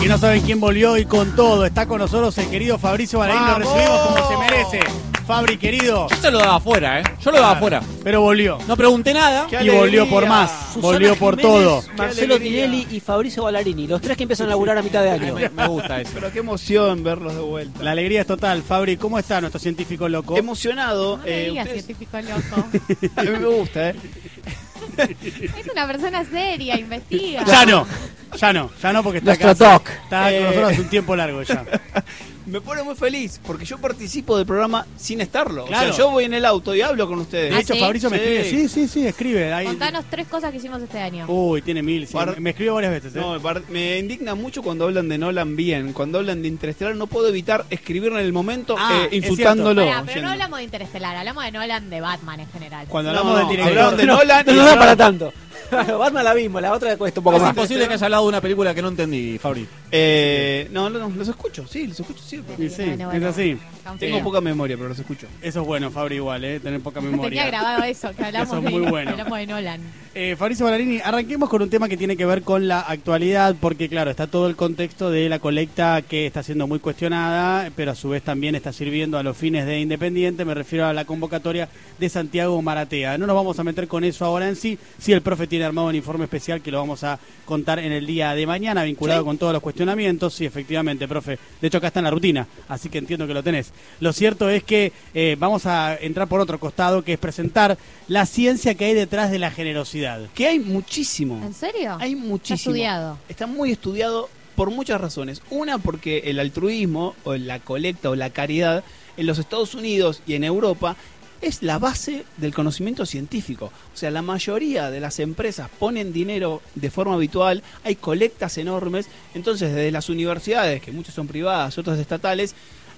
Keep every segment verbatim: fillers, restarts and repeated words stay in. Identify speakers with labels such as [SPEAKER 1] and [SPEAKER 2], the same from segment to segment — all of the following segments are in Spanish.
[SPEAKER 1] que no saben quién volvió y con todo. Está con nosotros el querido Fabricio Ballarín. Lo recibimos como se merece. Fabri, querido.
[SPEAKER 2] Yo se lo daba afuera, ¿eh? Yo lo daba afuera.
[SPEAKER 1] Pero volvió.
[SPEAKER 2] No pregunté nada.
[SPEAKER 1] Y volvió por más.
[SPEAKER 3] Susana
[SPEAKER 1] volvió por
[SPEAKER 3] Jiménez,
[SPEAKER 1] todo.
[SPEAKER 3] Marcelo Tinelli y Fabricio Ballarini. Los tres que empiezan a laburar a mitad de año.
[SPEAKER 2] Me, me gusta eso.
[SPEAKER 4] Pero qué emoción verlos de vuelta.
[SPEAKER 1] La alegría es total. Fabri, ¿cómo está nuestro científico loco?
[SPEAKER 4] Emocionado.
[SPEAKER 5] No me
[SPEAKER 4] eh,
[SPEAKER 5] digas
[SPEAKER 4] ustedes-
[SPEAKER 5] científico loco.
[SPEAKER 4] A mí me gusta, ¿eh?
[SPEAKER 5] Es una persona seria, investiga.
[SPEAKER 1] Ya no. Ya no. Ya no porque está
[SPEAKER 3] Nuestro
[SPEAKER 1] acá.
[SPEAKER 3] doc.
[SPEAKER 1] Está con
[SPEAKER 4] Eh.
[SPEAKER 1] nosotros hace un tiempo largo ya.
[SPEAKER 4] Me pone muy feliz porque yo participo del programa sin estarlo.
[SPEAKER 1] Claro.
[SPEAKER 4] O sea, yo voy en el auto y hablo con ustedes.
[SPEAKER 1] De hecho,
[SPEAKER 5] ¿Ah, sí?
[SPEAKER 1] Fabricio me
[SPEAKER 4] Sí.
[SPEAKER 1] escribe. Sí, sí, sí, escribe. Ahí-
[SPEAKER 5] Contanos tres cosas que hicimos este año.
[SPEAKER 1] Uy, tiene mil. sí.
[SPEAKER 4] Bar-
[SPEAKER 1] Me escribe varias veces. ¿eh?
[SPEAKER 4] No, me par- me indigna mucho cuando hablan de Nolan bien. Cuando hablan de Interestelar no puedo evitar escribirlo en el momento
[SPEAKER 1] Ah,
[SPEAKER 4] eh,
[SPEAKER 1] es
[SPEAKER 4] insultándolo.
[SPEAKER 5] Pará, pero no
[SPEAKER 4] yendo.
[SPEAKER 5] hablamos de Interestelar, hablamos de Nolan, de Batman en general.
[SPEAKER 1] Cuando
[SPEAKER 4] No,
[SPEAKER 1] hablamos
[SPEAKER 4] no,
[SPEAKER 1] del director.
[SPEAKER 4] hablaron de
[SPEAKER 3] No,
[SPEAKER 4] Nolan
[SPEAKER 3] no
[SPEAKER 4] y
[SPEAKER 3] nos da para
[SPEAKER 4] hablaron-
[SPEAKER 3] tanto. Batman la vimos, la otra cuesta un poco
[SPEAKER 2] Es
[SPEAKER 3] más.
[SPEAKER 2] imposible que haya hablado de una película que no entendí, Fabri.
[SPEAKER 4] Eh, no, no, no, los escucho, sí, los escucho siempre.
[SPEAKER 1] Sí, sí,
[SPEAKER 5] Bueno, bueno.
[SPEAKER 1] es así.
[SPEAKER 4] Tengo
[SPEAKER 5] Confío.
[SPEAKER 4] poca memoria, pero los escucho.
[SPEAKER 1] Eso es bueno, Fabri, igual, ¿eh? Tener poca
[SPEAKER 5] Tenía
[SPEAKER 1] memoria.
[SPEAKER 5] grabado eso, que hablamos,
[SPEAKER 1] Eso es
[SPEAKER 5] de,
[SPEAKER 1] muy bueno.
[SPEAKER 5] hablamos de Nolan.
[SPEAKER 1] Eh, Fabricio Ballarini, arranquemos con un tema que tiene que ver con la actualidad, porque claro, está todo el contexto de la colecta que está siendo muy cuestionada, pero a su vez también está sirviendo a los fines de Independiente. Me refiero a la convocatoria de Santiago Maratea. No nos vamos a meter con eso ahora en sí. Sí, el profe tiene armado un informe especial que lo vamos a contar en el día de mañana, vinculado
[SPEAKER 4] ¿Sí?
[SPEAKER 1] con todos los cuestionamientos. Sí, efectivamente, profe. De hecho, acá está en la rutina, así que entiendo que lo tenés. Lo cierto es que eh, vamos a entrar por otro costado, que es presentar la ciencia que hay detrás de la generosidad.
[SPEAKER 4] Que hay muchísimo.
[SPEAKER 5] ¿En serio?
[SPEAKER 4] Hay
[SPEAKER 5] Está
[SPEAKER 4] muchísimo.
[SPEAKER 5] estudiado.
[SPEAKER 4] Está muy estudiado por muchas razones. Una, porque el altruismo o la colecta o la caridad en los Estados Unidos y en Europa es la base del conocimiento científico. O sea, la mayoría de las empresas ponen dinero de forma habitual, hay colectas enormes, entonces desde las universidades, que muchas son privadas, otras estatales,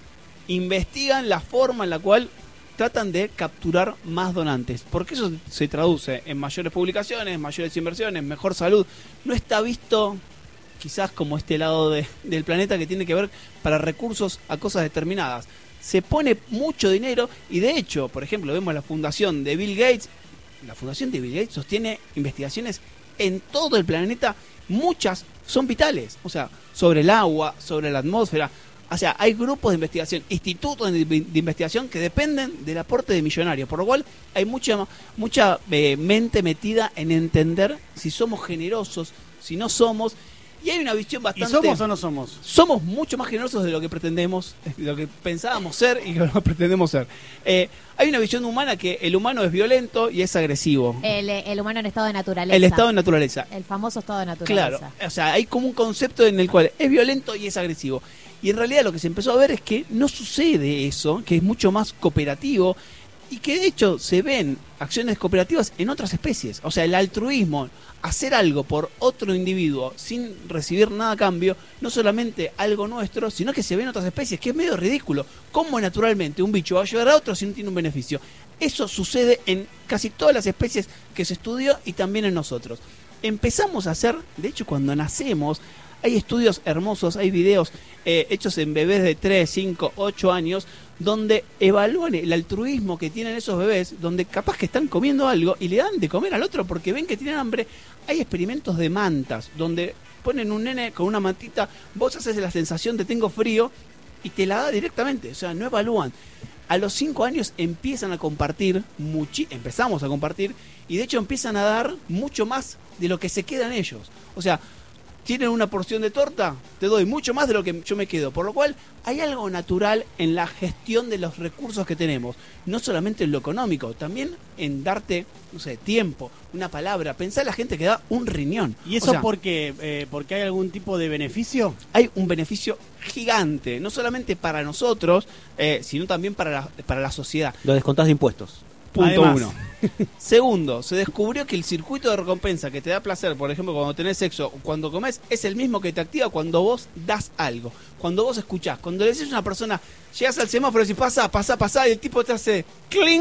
[SPEAKER 4] investigan la forma en la cual tratan de capturar más donantes, porque eso se traduce en mayores publicaciones, mayores inversiones, mejor salud. No está visto quizás como este lado de- del planeta que tiene que ver para recursos a cosas determinadas. Se pone mucho dinero y de hecho, por ejemplo, vemos la fundación de Bill Gates. La fundación de Bill Gates sostiene investigaciones en todo el planeta, muchas son vitales, o sea, sobre el agua, sobre la atmósfera. O sea, hay grupos de investigación, institutos de, de investigación que dependen del aporte de millonarios, por lo cual hay mucha mucha eh, mente metida en entender si somos generosos, si no somos, y hay una visión
[SPEAKER 1] ¿Y
[SPEAKER 4] bastante...
[SPEAKER 1] somos o no somos?
[SPEAKER 4] Somos mucho más generosos de lo que pretendemos, de lo que pensábamos ser y lo que pretendemos ser. Eh, hay una visión humana que el humano es violento y es agresivo.
[SPEAKER 5] El, el humano en estado de naturaleza.
[SPEAKER 4] El estado de naturaleza.
[SPEAKER 5] El famoso estado de naturaleza.
[SPEAKER 4] Claro, o sea, hay como un concepto en el cual es violento y es agresivo. Y en realidad lo que se empezó a ver es que no sucede eso, que es mucho más cooperativo y que de hecho se ven acciones cooperativas en otras especies. O sea, el altruismo, hacer algo por otro individuo sin recibir nada a cambio, no solamente algo nuestro, sino que se ve en otras especies, que es medio ridículo. ¿Cómo naturalmente un bicho va a ayudar a otro si no tiene un beneficio? Eso sucede en casi todas las especies que se estudió y también en nosotros. Empezamos a hacer, de hecho cuando nacemos, hay estudios hermosos, hay videos eh, hechos en bebés de tres, cinco, ocho años, donde evalúan el altruismo que tienen esos bebés, donde capaz que están comiendo algo y le dan de comer al otro porque ven que tienen hambre. Hay experimentos de mantas, donde ponen un nene con una mantita, vos haces la sensación de tengo frío y te la da directamente, o sea, no evalúan. A los cinco años empiezan a compartir, muchi- empezamos a compartir, y de hecho empiezan a dar mucho más de lo que se quedan ellos. O sea, tienen una porción de torta, te doy mucho más de lo que yo me quedo. Por lo cual hay algo natural en la gestión de los recursos que tenemos. No solamente en lo económico, también en darte, no sé, tiempo, una palabra. Pensá en la gente que da un riñón.
[SPEAKER 1] ¿Y eso
[SPEAKER 4] O sea,
[SPEAKER 1] porque, eh, porque hay algún tipo de beneficio?
[SPEAKER 4] hay un beneficio gigante, no solamente para nosotros, eh, sino también para la, para la sociedad.
[SPEAKER 3] Lo descontás de impuestos.
[SPEAKER 4] Punto
[SPEAKER 1] Además.
[SPEAKER 4] uno. Segundo, se descubrió que el circuito de recompensa que te da placer, por ejemplo, cuando tenés sexo o cuando comes, es el mismo que te activa cuando vos das algo. Cuando vos escuchás, cuando le decís a una persona, llegas al semáforo y decís, pasa, pasa, pasa, y el tipo te hace cling,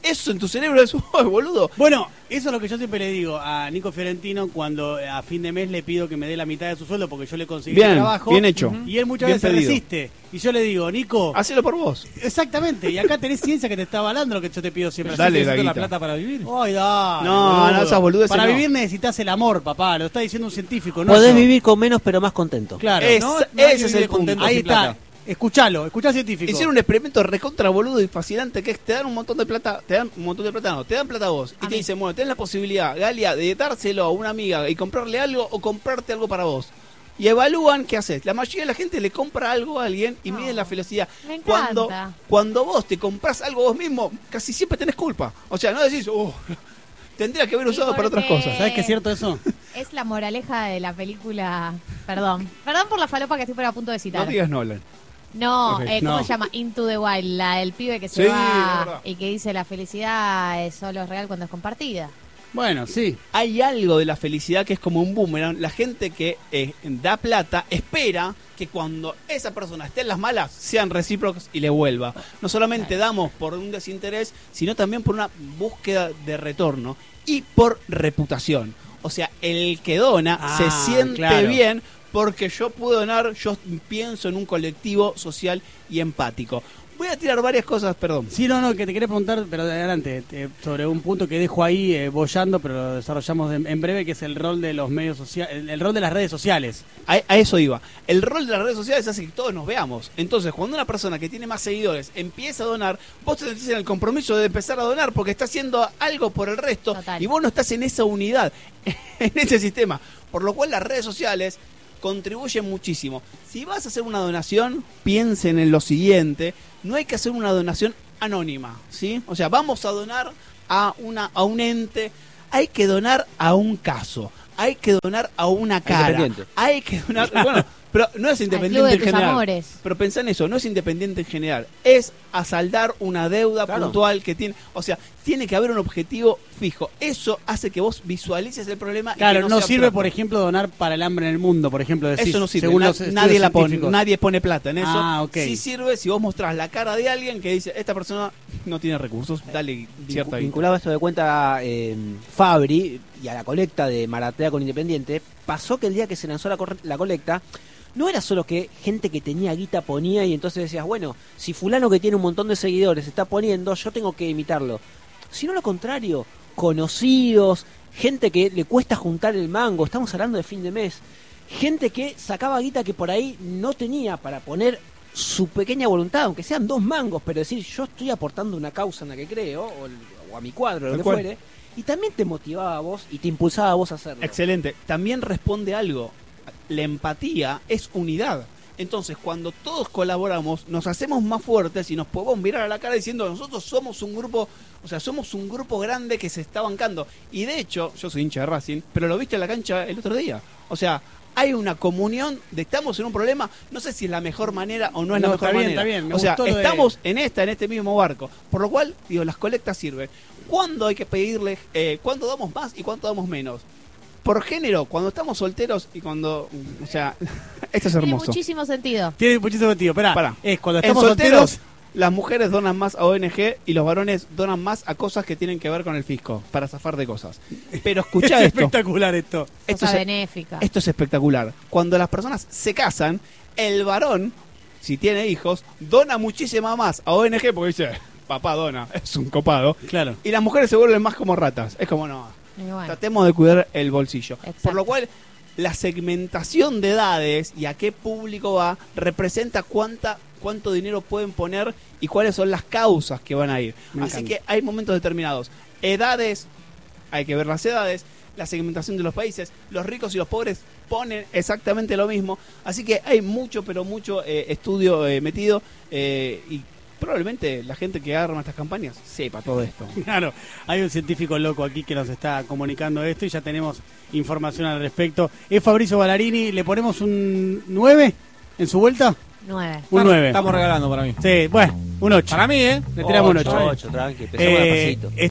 [SPEAKER 4] eso en tu cerebro es, oh, boludo.
[SPEAKER 1] Bueno, eso es lo que yo siempre le digo a Nico Fiorentino cuando a fin de mes le pido que me dé la mitad de su sueldo porque yo le conseguí
[SPEAKER 4] Bien,
[SPEAKER 1] el trabajo.
[SPEAKER 4] bien hecho.
[SPEAKER 1] Y él muchas
[SPEAKER 4] Bien
[SPEAKER 1] veces
[SPEAKER 4] pedido.
[SPEAKER 1] resiste. Y yo le digo, Nico,
[SPEAKER 4] Hacelo por vos.
[SPEAKER 1] exactamente, y acá tenés ciencia que te está avalando lo que yo te pido siempre.
[SPEAKER 4] Dale,
[SPEAKER 2] ¿Necesito
[SPEAKER 4] la
[SPEAKER 2] la
[SPEAKER 4] guita.
[SPEAKER 2] plata para vivir?
[SPEAKER 1] Ay, dale,
[SPEAKER 4] No,
[SPEAKER 1] boludo.
[SPEAKER 4] no, esas boludeces
[SPEAKER 1] Para
[SPEAKER 4] no.
[SPEAKER 1] vivir necesitas el amor, papá, lo está diciendo un científico, ¿no?
[SPEAKER 3] Podés
[SPEAKER 1] yo.
[SPEAKER 3] vivir con menos pero más contento.
[SPEAKER 1] Claro.
[SPEAKER 4] Es-
[SPEAKER 2] No,
[SPEAKER 4] ese
[SPEAKER 2] nadie
[SPEAKER 4] es
[SPEAKER 2] vive
[SPEAKER 4] el punto.
[SPEAKER 2] contento
[SPEAKER 1] Ahí
[SPEAKER 2] sin
[SPEAKER 1] está.
[SPEAKER 2] plata.
[SPEAKER 1] Escuchalo, escuchá al científico.
[SPEAKER 4] Hicieron un experimento recontra boludo y fascinante que es te dan un montón de plata, te dan un montón de plata, no, te dan plata a vos y
[SPEAKER 5] A
[SPEAKER 4] te
[SPEAKER 5] mí.
[SPEAKER 4] dicen, bueno, tenés la posibilidad, Galia, de dárselo a una amiga y comprarle algo o comprarte algo para vos. Y evalúan qué haces. La mayoría de la gente le compra algo a alguien y
[SPEAKER 5] No.
[SPEAKER 4] miden la felicidad.
[SPEAKER 5] Me encanta.
[SPEAKER 4] Cuando, cuando vos te compras algo vos mismo, casi siempre tenés culpa. O sea, no decís, oh, tendría que haber
[SPEAKER 5] Y
[SPEAKER 4] usado para otras
[SPEAKER 5] porque-
[SPEAKER 4] cosas.
[SPEAKER 1] ¿Sabés qué es cierto eso?
[SPEAKER 5] Es la moraleja de la película. Perdón. Perdón por la falopa que estoy por a punto de
[SPEAKER 4] No
[SPEAKER 5] citar.
[SPEAKER 4] digas Nolan.
[SPEAKER 5] No,
[SPEAKER 4] Ok,
[SPEAKER 5] eh, ¿cómo
[SPEAKER 1] no.
[SPEAKER 5] se llama? Into the Wild, la del pibe que se
[SPEAKER 4] Sí,
[SPEAKER 5] va
[SPEAKER 4] es verdad.
[SPEAKER 5] y que dice la felicidad es solo real cuando es compartida.
[SPEAKER 1] Bueno, sí.
[SPEAKER 4] Hay algo de la felicidad que es como un boomerang. La gente que eh, da plata espera que cuando esa persona esté en las malas sean recíprocos y le vuelva. No solamente damos por un desinterés, sino también por una búsqueda de retorno y por reputación. O sea, el que dona
[SPEAKER 1] Ah,
[SPEAKER 4] se siente
[SPEAKER 1] claro.
[SPEAKER 4] bien porque yo puedo donar, yo pienso en un colectivo social y empático. Voy a tirar varias cosas, perdón.
[SPEAKER 1] Sí, no, no, que te quería preguntar, pero de adelante, eh, sobre un punto que dejo ahí eh, boyando, pero lo desarrollamos en, en breve, que es el rol de los medios sociales, el, el rol de las redes sociales.
[SPEAKER 4] A, a eso iba. El rol de las redes sociales hace que todos nos veamos. Entonces, cuando una persona que tiene más seguidores empieza a donar, vos te sentís en el compromiso de empezar a donar porque está haciendo algo por el resto
[SPEAKER 5] Total.
[SPEAKER 4] y vos no estás en esa unidad, en ese sistema. Por lo cual las redes sociales contribuyen muchísimo. Si vas a hacer una donación, piensen en lo siguiente, no hay que hacer una donación anónima, ¿sí? O sea, vamos a donar a una a un ente, hay que donar a un caso, hay que donar a una cara,
[SPEAKER 3] Independiente.
[SPEAKER 4] hay que donar, bueno, pero no es
[SPEAKER 5] Al club
[SPEAKER 4] independiente
[SPEAKER 5] de
[SPEAKER 4] en
[SPEAKER 5] tus
[SPEAKER 4] general.
[SPEAKER 5] amores.
[SPEAKER 4] Pero pensá en eso, no es independiente en general, es a saldar una deuda
[SPEAKER 3] Claro.
[SPEAKER 4] puntual que tiene, o sea, tiene que haber un objetivo fijo. Eso hace que vos visualices el problema. y
[SPEAKER 1] Claro,
[SPEAKER 4] que
[SPEAKER 1] no,
[SPEAKER 4] sea
[SPEAKER 1] sirve,
[SPEAKER 4] abstracto.
[SPEAKER 1] por ejemplo, donar para el hambre en el mundo, por ejemplo. Decís,
[SPEAKER 4] Eso no sirve,
[SPEAKER 1] según
[SPEAKER 4] na-
[SPEAKER 1] los
[SPEAKER 4] nadie
[SPEAKER 1] estudios
[SPEAKER 4] la pone,
[SPEAKER 1] científicos.
[SPEAKER 4] nadie pone plata en eso.
[SPEAKER 1] Ah, ok.
[SPEAKER 4] Sí sirve si vos mostrás la cara de alguien que dice, esta persona no tiene recursos, dale cierta
[SPEAKER 3] Vincu-
[SPEAKER 4] guita.
[SPEAKER 3] vinculado a esto de cuenta eh, Fabri y a la colecta de Maratea con Independiente, pasó que el día que se lanzó la, corre- la colecta, no era solo que gente que tenía guita ponía y entonces decías, bueno, si fulano que tiene un montón de seguidores está poniendo, yo tengo que imitarlo. Sino lo contrario, conocidos, gente que le cuesta juntar el mango, estamos hablando de fin de mes, gente que sacaba guita que por ahí no tenía para poner su pequeña voluntad, aunque sean dos mangos, pero decir, yo estoy aportando una causa en la que creo, o, el- o a mi cuadro, lo
[SPEAKER 4] Tal
[SPEAKER 3] que
[SPEAKER 4] cual.
[SPEAKER 3] fuere, y también te motivaba a vos y te impulsaba a vos a hacerlo.
[SPEAKER 4] Excelente. También responde algo. La empatía es unidad. Entonces, cuando todos colaboramos, nos hacemos más fuertes y nos podemos mirar a la cara diciendo, nosotros somos un grupo, o sea, somos un grupo grande que se está bancando. Y de hecho, yo soy hincha de Racing, pero lo viste en la cancha el otro día. O sea, hay una comunión de estamos en un problema, no sé si es la mejor manera o no es
[SPEAKER 1] No,
[SPEAKER 4] la
[SPEAKER 1] está
[SPEAKER 4] mejor
[SPEAKER 1] bien,
[SPEAKER 4] manera.
[SPEAKER 1] está bien, me
[SPEAKER 4] o sea,
[SPEAKER 1] gustó lo de-
[SPEAKER 4] estamos en esta, en este mismo barco. Por lo cual, digo, las colectas sirven. ¿Cuándo hay que pedirle, eh, cuándo damos más y cuánto damos menos? Por género, cuando estamos solteros y cuando, o sea, esto es
[SPEAKER 5] Tiene
[SPEAKER 4] hermoso.
[SPEAKER 5] muchísimo sentido.
[SPEAKER 1] Tiene muchísimo sentido. Esperá,
[SPEAKER 4] Pará.
[SPEAKER 1] es cuando
[SPEAKER 4] En
[SPEAKER 1] estamos
[SPEAKER 4] solteros,
[SPEAKER 1] solteros.
[SPEAKER 4] las mujeres donan más a O N G y los varones donan más a cosas que tienen que ver con el fisco, para zafar de cosas. Pero escuchá
[SPEAKER 1] Es
[SPEAKER 4] esto,
[SPEAKER 1] espectacular esto.
[SPEAKER 4] esto
[SPEAKER 5] Cosa
[SPEAKER 4] es,
[SPEAKER 5] benéfica.
[SPEAKER 4] esto es espectacular. Cuando las personas se casan, el varón, si tiene hijos, dona muchísima más a O N G porque dice, papá dona, es un copado.
[SPEAKER 1] Claro.
[SPEAKER 4] Y las mujeres se vuelven más como ratas. Es como, no,
[SPEAKER 5] Y bueno,
[SPEAKER 4] tratemos de cuidar el bolsillo.
[SPEAKER 5] Exacto.
[SPEAKER 4] Por lo cual, la segmentación de edades y a qué público va representa cuánta cuánto dinero pueden poner y cuáles son las causas que van a ir.
[SPEAKER 1] Me
[SPEAKER 4] Así
[SPEAKER 1] encanta.
[SPEAKER 4] que hay momentos determinados. Edades, hay que ver las edades, la segmentación de los países, los ricos y los pobres ponen exactamente lo mismo. Así que hay mucho, pero mucho eh, estudio eh, metido eh, y probablemente la gente que arma estas campañas sepa todo esto.
[SPEAKER 1] Claro, hay un científico loco aquí que nos está comunicando esto y ya tenemos información al respecto. Es Fabricio Ballarini, ¿le ponemos un nueve en su vuelta?
[SPEAKER 5] nueve.
[SPEAKER 1] Un
[SPEAKER 2] Estamos-
[SPEAKER 1] nueve.
[SPEAKER 2] Estamos regalando para mí.
[SPEAKER 1] Sí, bueno, un ocho.
[SPEAKER 2] Para mí, ¿eh?
[SPEAKER 1] Le tiramos un ocho.
[SPEAKER 3] ocho, tranqui, empezamos
[SPEAKER 1] Eh,
[SPEAKER 3] despacito.